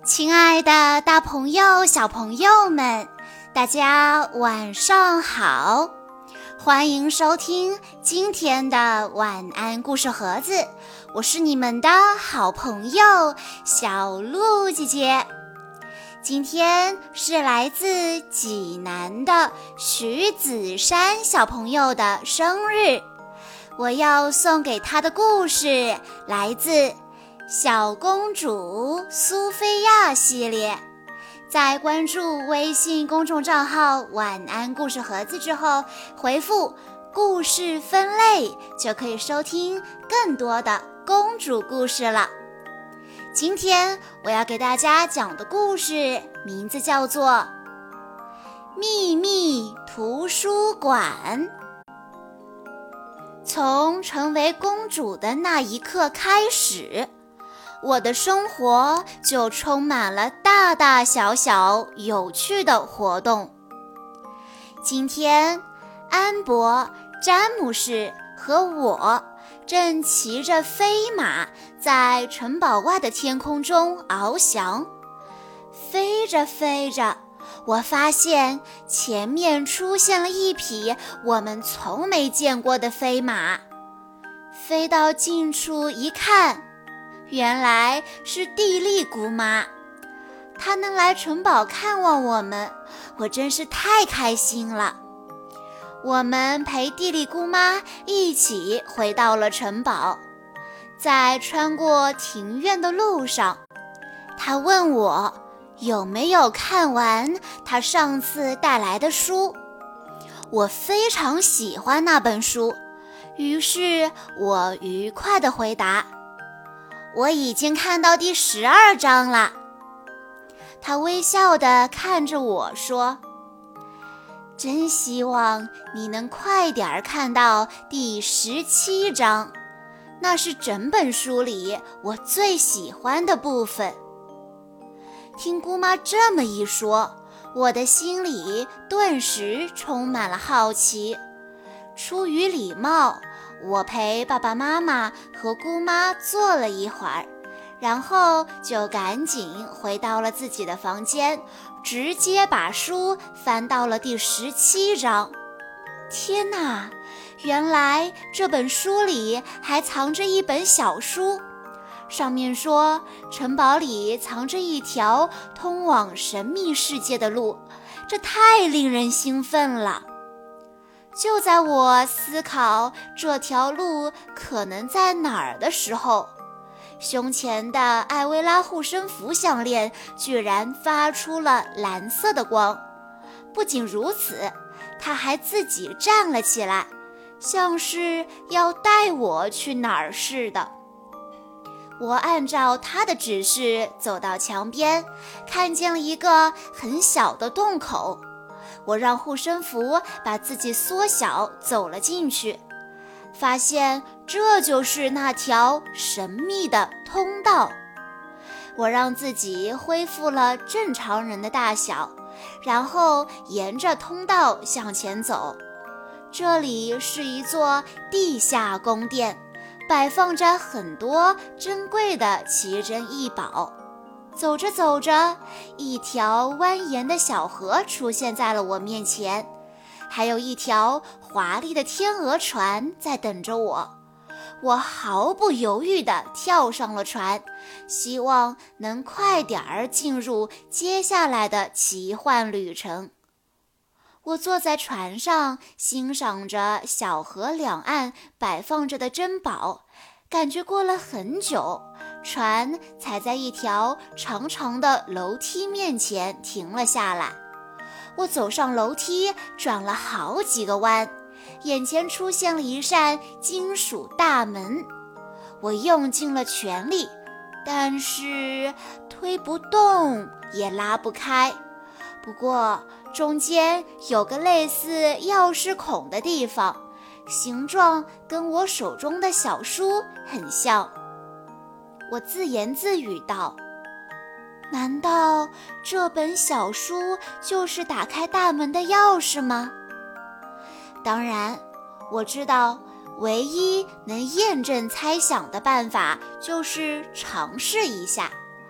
亲爱的大朋友、小朋友们，大家晚上好！欢迎收听今天的晚安故事盒子，我是你们的好朋友小鹿姐姐。今天是来自济南的徐子珊小朋友的生日，我要送给他的故事来自小公主苏菲亚系列。在关注微信公众账号晚安故事盒子之后，回复故事分类就可以收听更多的公主故事了。今天我要给大家讲的故事名字叫做秘密图书馆。从成为公主的那一刻开始，我的生活就充满了大大小小有趣的活动。今天，安博、詹姆士和我正骑着飞马在城堡外的天空中翱翔。飞着飞着，我发现前面出现了一匹我们从没见过的飞马。飞到近处一看，原来是蒂莉姑妈，她能来城堡看望我们，我真是太开心了。我们陪蒂莉姑妈一起回到了城堡，在穿过庭院的路上，她问我有没有看完她上次带来的书。我非常喜欢那本书，于是我愉快地回答，我已经看到第12章了。他微笑地看着我说，真希望你能快点看到第17章，那是整本书里我最喜欢的部分。听姑妈这么一说，我的心里顿时充满了好奇。出于礼貌，我陪爸爸妈妈和姑妈坐了一会儿，然后就赶紧回到了自己的房间，直接把书翻到了第17章。天哪，原来这本书里还藏着一本小书，上面说城堡里藏着一条通往神秘世界的路，这太令人兴奋了。就在我思考这条路可能在哪儿的时候，胸前的艾薇拉护身符项链居然发出了蓝色的光。不仅如此，它还自己站了起来，像是要带我去哪儿似的。我按照它的指示走到墙边，看见了一个很小的洞口。我让护身符把自己缩小，走了进去，发现这就是那条神秘的通道。我让自己恢复了正常人的大小，然后沿着通道向前走。这里是一座地下宫殿，摆放着很多珍贵的奇珍异宝。走着走着，一条蜿蜒的小河出现在了我面前，还有一条华丽的天鹅船在等着我。我毫不犹豫地跳上了船，希望能快点儿进入接下来的奇幻旅程。我坐在船上，欣赏着小河两岸摆放着的珍宝，感觉过了很久，船才在一条长长的楼梯面前停了下来。我走上楼梯，转了好几个弯，眼前出现了一扇金属大门。我用尽了全力，但是推不动也拉不开。不过中间有个类似钥匙孔的地方，形状跟我手中的小书很像。我自言自语道，难道这本小书就是打开大门的钥匙吗？当然，我知道唯一能验证猜想的办法就是尝试一下。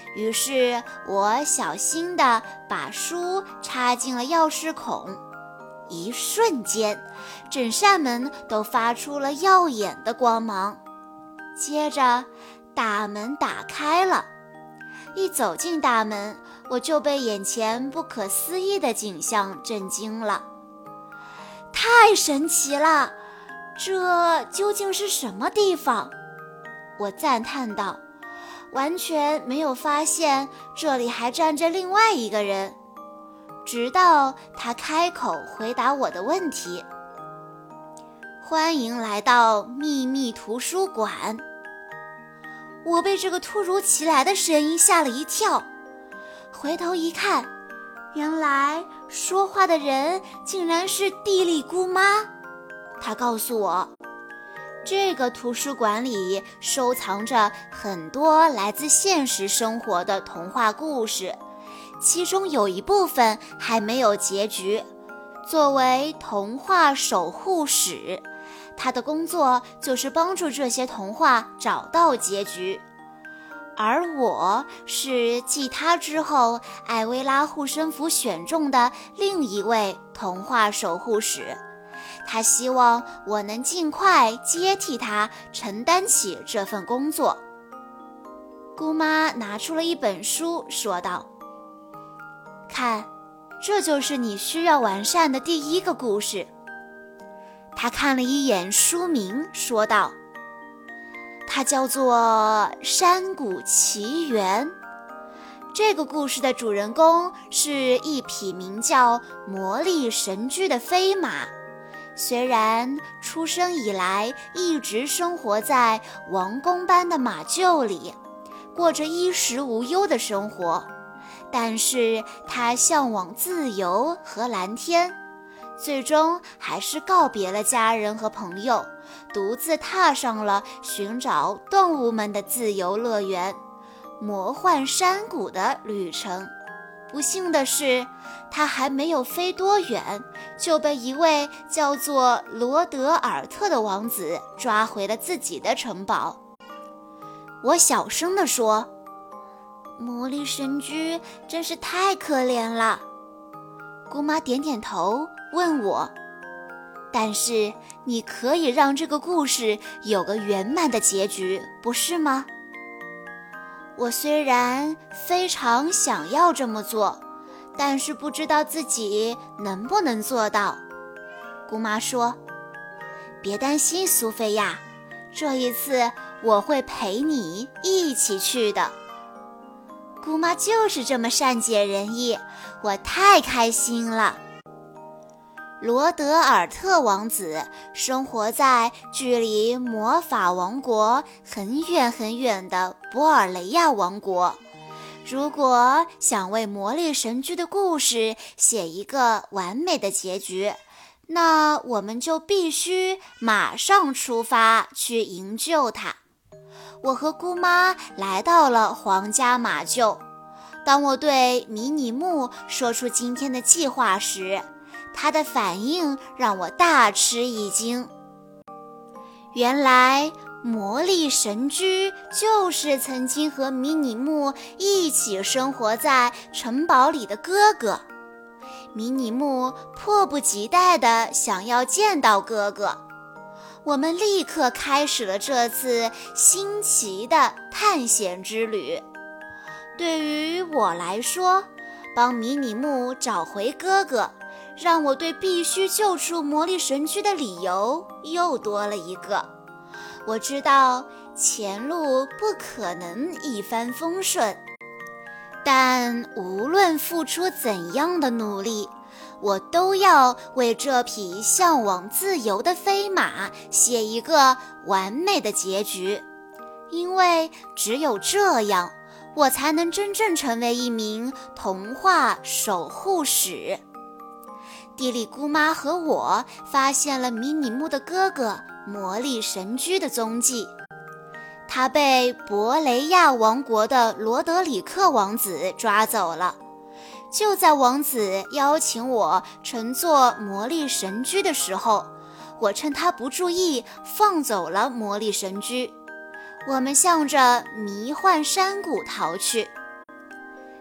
于是我小心地把书插进了钥匙孔，一瞬间，整扇门都发出了耀眼的光芒。接着，大门打开了。一走进大门，我就被眼前不可思议的景象震惊了。太神奇了！这究竟是什么地方？我赞叹道，完全没有发现这里还站着另外一个人，直到他开口回答我的问题。欢迎来到秘密图书馆。我被这个突如其来的声音吓了一跳，回头一看，原来说话的人竟然是地利姑妈。她告诉我，这个图书馆里收藏着很多来自现实生活的童话故事，其中有一部分还没有结局。作为童话守护使，他的工作就是帮助这些童话找到结局。而我是继他之后艾薇拉护身符选中的另一位童话守护使，他希望我能尽快接替他承担起这份工作。姑妈拿出了一本书，说道：看，这就是你需要完善的第一个故事。她看了一眼书名，说道：它叫做《山谷奇缘》。这个故事的主人公是一匹名叫魔力神驹的飞马，虽然出生以来一直生活在王宫般的马厩里，过着衣食无忧的生活，但是他向往自由和蓝天，最终还是告别了家人和朋友，独自踏上了寻找动物们的自由乐园——魔幻山谷的旅程。不幸的是，他还没有飞多远，就被一位叫做罗德尔特的王子抓回了自己的城堡。我小声地说：魔力神驹真是太可怜了。姑妈点点头，问我：但是你可以让这个故事有个圆满的结局，不是吗？我虽然非常想要这么做，但是不知道自己能不能做到。姑妈说：别担心，苏菲亚，这一次我会陪你一起去的。姑妈就是这么善解人意，我太开心了。罗德尔特王子生活在距离魔法王国很远很远的博尔雷亚王国。如果想为魔力神驹的故事写一个完美的结局，那我们就必须马上出发去营救他。我和姑妈来到了皇家马厩。当我对迷你木说出今天的计划时，他的反应让我大吃一惊。原来魔力神驹就是曾经和迷你木一起生活在城堡里的哥哥。迷你木迫不及待地想要见到哥哥。我们立刻开始了这次新奇的探险之旅。对于我来说，帮迷你木找回哥哥，让我对必须救出魔力神驹的理由又多了一个。我知道前路不可能一帆风顺，但无论付出怎样的努力，我都要为这匹向往自由的飞马写一个完美的结局，因为只有这样，我才能真正成为一名童话守护使。地利姑妈和我发现了迷你木的哥哥魔力神驹的踪迹。他被博雷亚王国的罗德里克王子抓走了。就在王子邀请我乘坐魔力神驹的时候，我趁他不注意放走了魔力神驹。我们向着迷幻山谷逃去。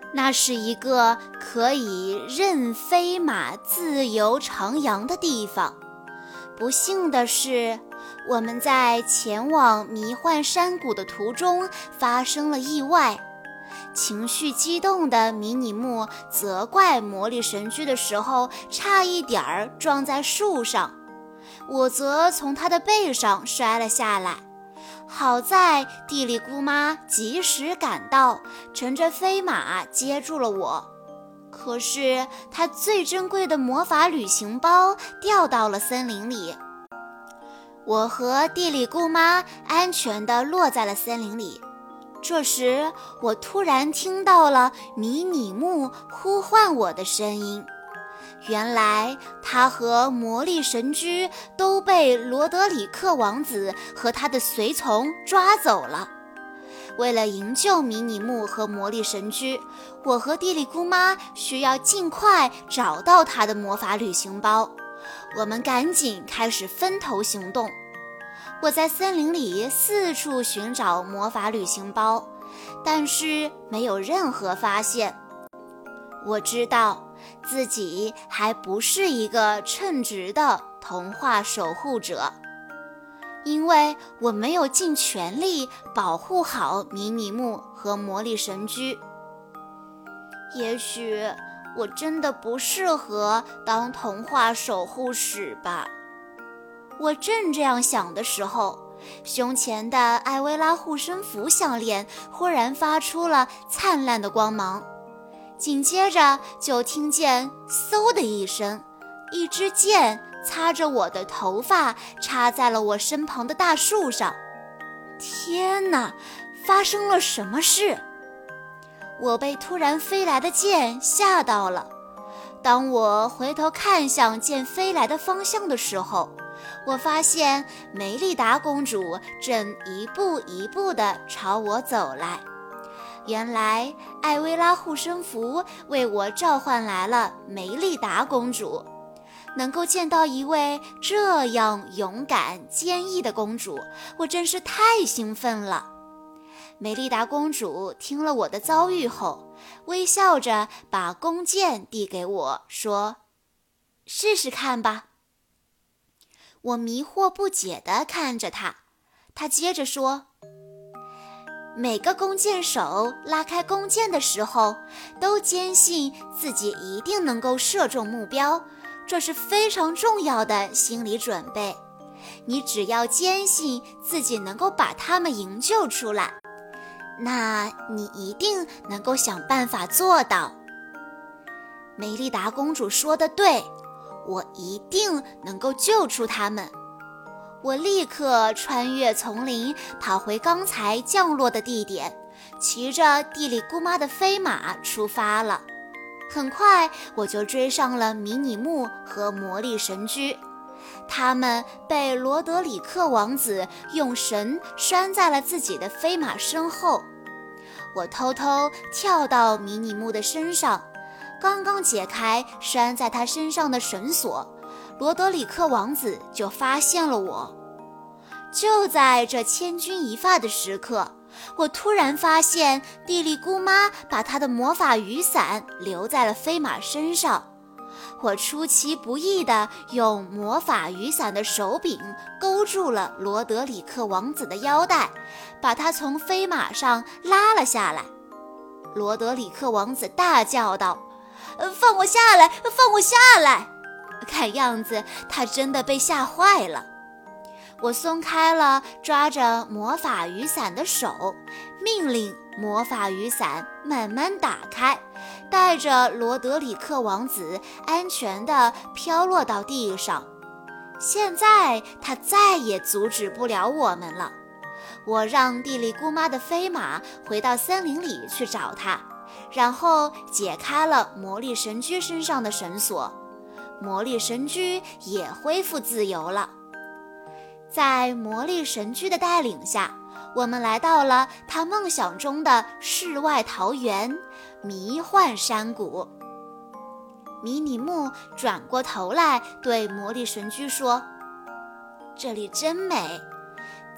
那是一个可以任飞马自由徜徉的地方。不幸的是，我们在前往迷幻山谷的途中发生了意外。情绪激动的迷你木责怪魔力神驹的时候，差一点儿撞在树上，我则从他的背上摔了下来。好在地理姑妈及时赶到，乘着飞马接住了我。可是她最珍贵的魔法旅行包掉到了森林里。我和地理姑妈安全地落在了森林里。这时我突然听到了迷你木呼唤我的声音。原来他和魔力神驹都被罗德里克王子和他的随从抓走了。为了营救迷你木和魔力神驹，我和地理姑妈需要尽快找到他的魔法旅行包。我们赶紧开始分头行动。我在森林里四处寻找魔法旅行包，但是没有任何发现。我知道自己还不是一个称职的童话守护者，因为我没有尽全力保护好迷你木和魔力神驹。也许我真的不适合当童话守护使吧。我正这样想的时候，胸前的艾薇拉护身符项链忽然发出了灿烂的光芒，紧接着就听见嗖的一声，一支箭擦着我的头发插在了我身旁的大树上。天哪，发生了什么事？我被突然飞来的箭吓到了。当我回头看向箭飞来的方向的时候，我发现梅丽达公主正一步一步地朝我走来。原来艾薇拉护身符为我召唤来了梅丽达公主。能够见到一位这样勇敢坚毅的公主，我真是太兴奋了。梅丽达公主听了我的遭遇后，微笑着把弓箭递给我，说：“试试看吧。”我迷惑不解地看着她，她接着说：“每个弓箭手拉开弓箭的时候，都坚信自己一定能够射中目标，这是非常重要的心理准备。你只要坚信自己能够把它们营救出来，那你一定能够想办法做到。”梅丽达公主说得对，我一定能够救出他们。我立刻穿越丛林，跑回刚才降落的地点，骑着地理姑妈的飞马出发了。很快我就追上了迷你木和魔力神驹，他们被罗德里克王子用绳拴在了自己的飞马身后。我偷偷跳到迷你木的身上，刚刚解开拴在他身上的绳索，罗德里克王子就发现了我。就在这千钧一发的时刻，我突然发现地理姑妈把她的魔法雨伞留在了飞马身上。我出其不意地用魔法雨伞的手柄勾住了罗德里克王子的腰带，把他从飞马上拉了下来。罗德里克王子大叫道：“放我下来，放我下来！”看样子他真的被吓坏了。我松开了抓着魔法雨伞的手，命令魔法雨伞慢慢打开，带着罗德里克王子安全地飘落到地上。现在他再也阻止不了我们了。我让地理姑妈的飞马回到森林里去找他，然后解开了魔力神驹身上的绳索，魔力神驹也恢复自由了。在魔力神驹的带领下，我们来到了他梦想中的世外桃源——迷幻山谷。迷你木转过头来对魔力神驹说：“这里真美，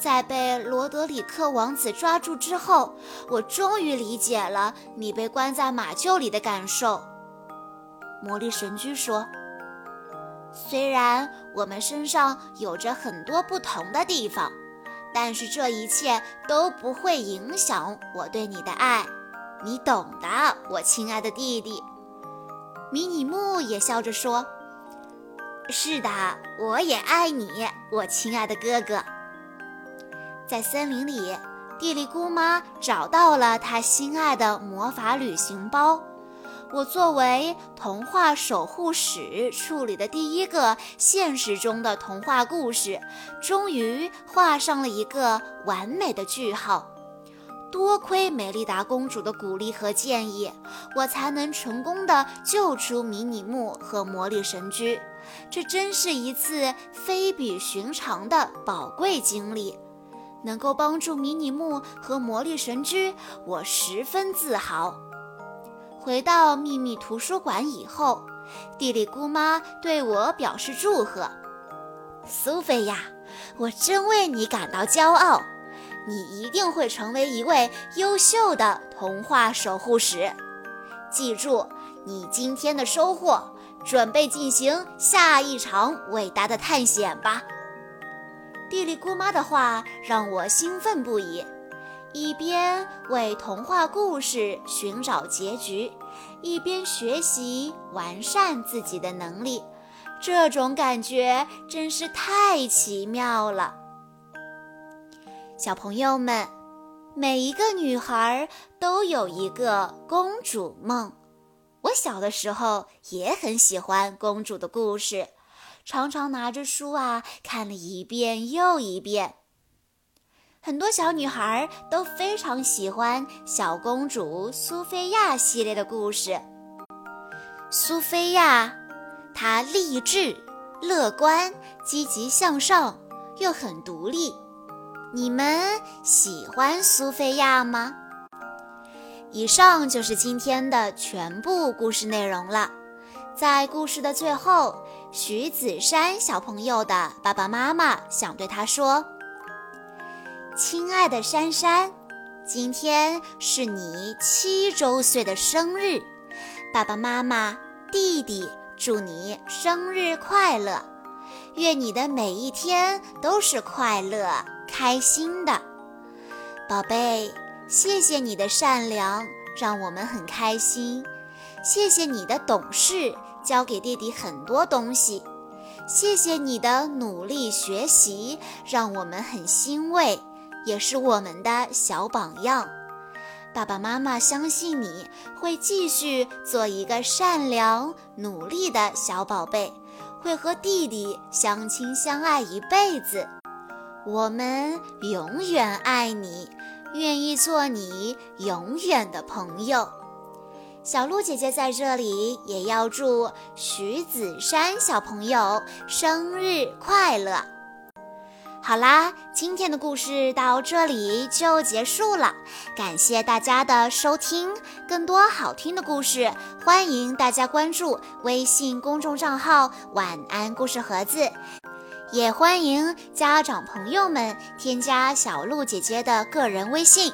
在被罗德里克王子抓住之后，我终于理解了你被关在马厩里的感受。魔力神驹说，虽然我们身上有着很多不同的地方，但是这一切都不会影响我对你的爱，你懂的，我亲爱的弟弟。迷你木也笑着说，是的，我也爱你，我亲爱的哥哥。在森林里，地里姑妈找到了她心爱的魔法旅行包。我作为童话守护使处理的第一个现实中的童话故事，终于画上了一个完美的句号。多亏美丽达公主的鼓励和建议，我才能成功地救出迷你木和魔力神驹。这真是一次非比寻常的宝贵经历。能够帮助迷你木和魔力神驹，我十分自豪。回到秘密图书馆以后，地理姑妈对我表示祝贺。苏菲亚，我真为你感到骄傲，你一定会成为一位优秀的童话守护使。记住你今天的收获，准备进行下一场伟大的探险吧。地理姑妈的话让我兴奋不已，一边为童话故事寻找结局，一边学习完善自己的能力，这种感觉真是太奇妙了。小朋友们，每一个女孩都有一个公主梦。我小的时候也很喜欢公主的故事，常常拿着书看了一遍又一遍。很多小女孩都非常喜欢小公主苏菲亚系列的故事。苏菲亚，她励志、乐观、积极向上，又很独立。你们喜欢苏菲亚吗？以上就是今天的全部故事内容了。在故事的最后，徐子珊小朋友的爸爸妈妈想对他说，亲爱的珊珊，今天是你7周岁的生日，爸爸妈妈、弟弟祝你生日快乐，愿你的每一天都是快乐、开心的。宝贝，谢谢你的善良，让我们很开心。谢谢你的懂事，教给弟弟很多东西。谢谢你的努力学习，让我们很欣慰，也是我们的小榜样。爸爸妈妈相信你会继续做一个善良、努力的小宝贝，会和弟弟相亲相爱一辈子。我们永远爱你，愿意做你永远的朋友。小鹿姐姐在这里也要祝徐子珊小朋友生日快乐。好啦，今天的故事到这里就结束了，感谢大家的收听。更多好听的故事，欢迎大家关注微信公众账号晚安故事盒子，也欢迎家长朋友们添加小鹿姐姐的个人微信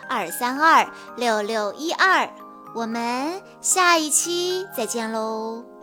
315-232-6612。我们下一期再见喽。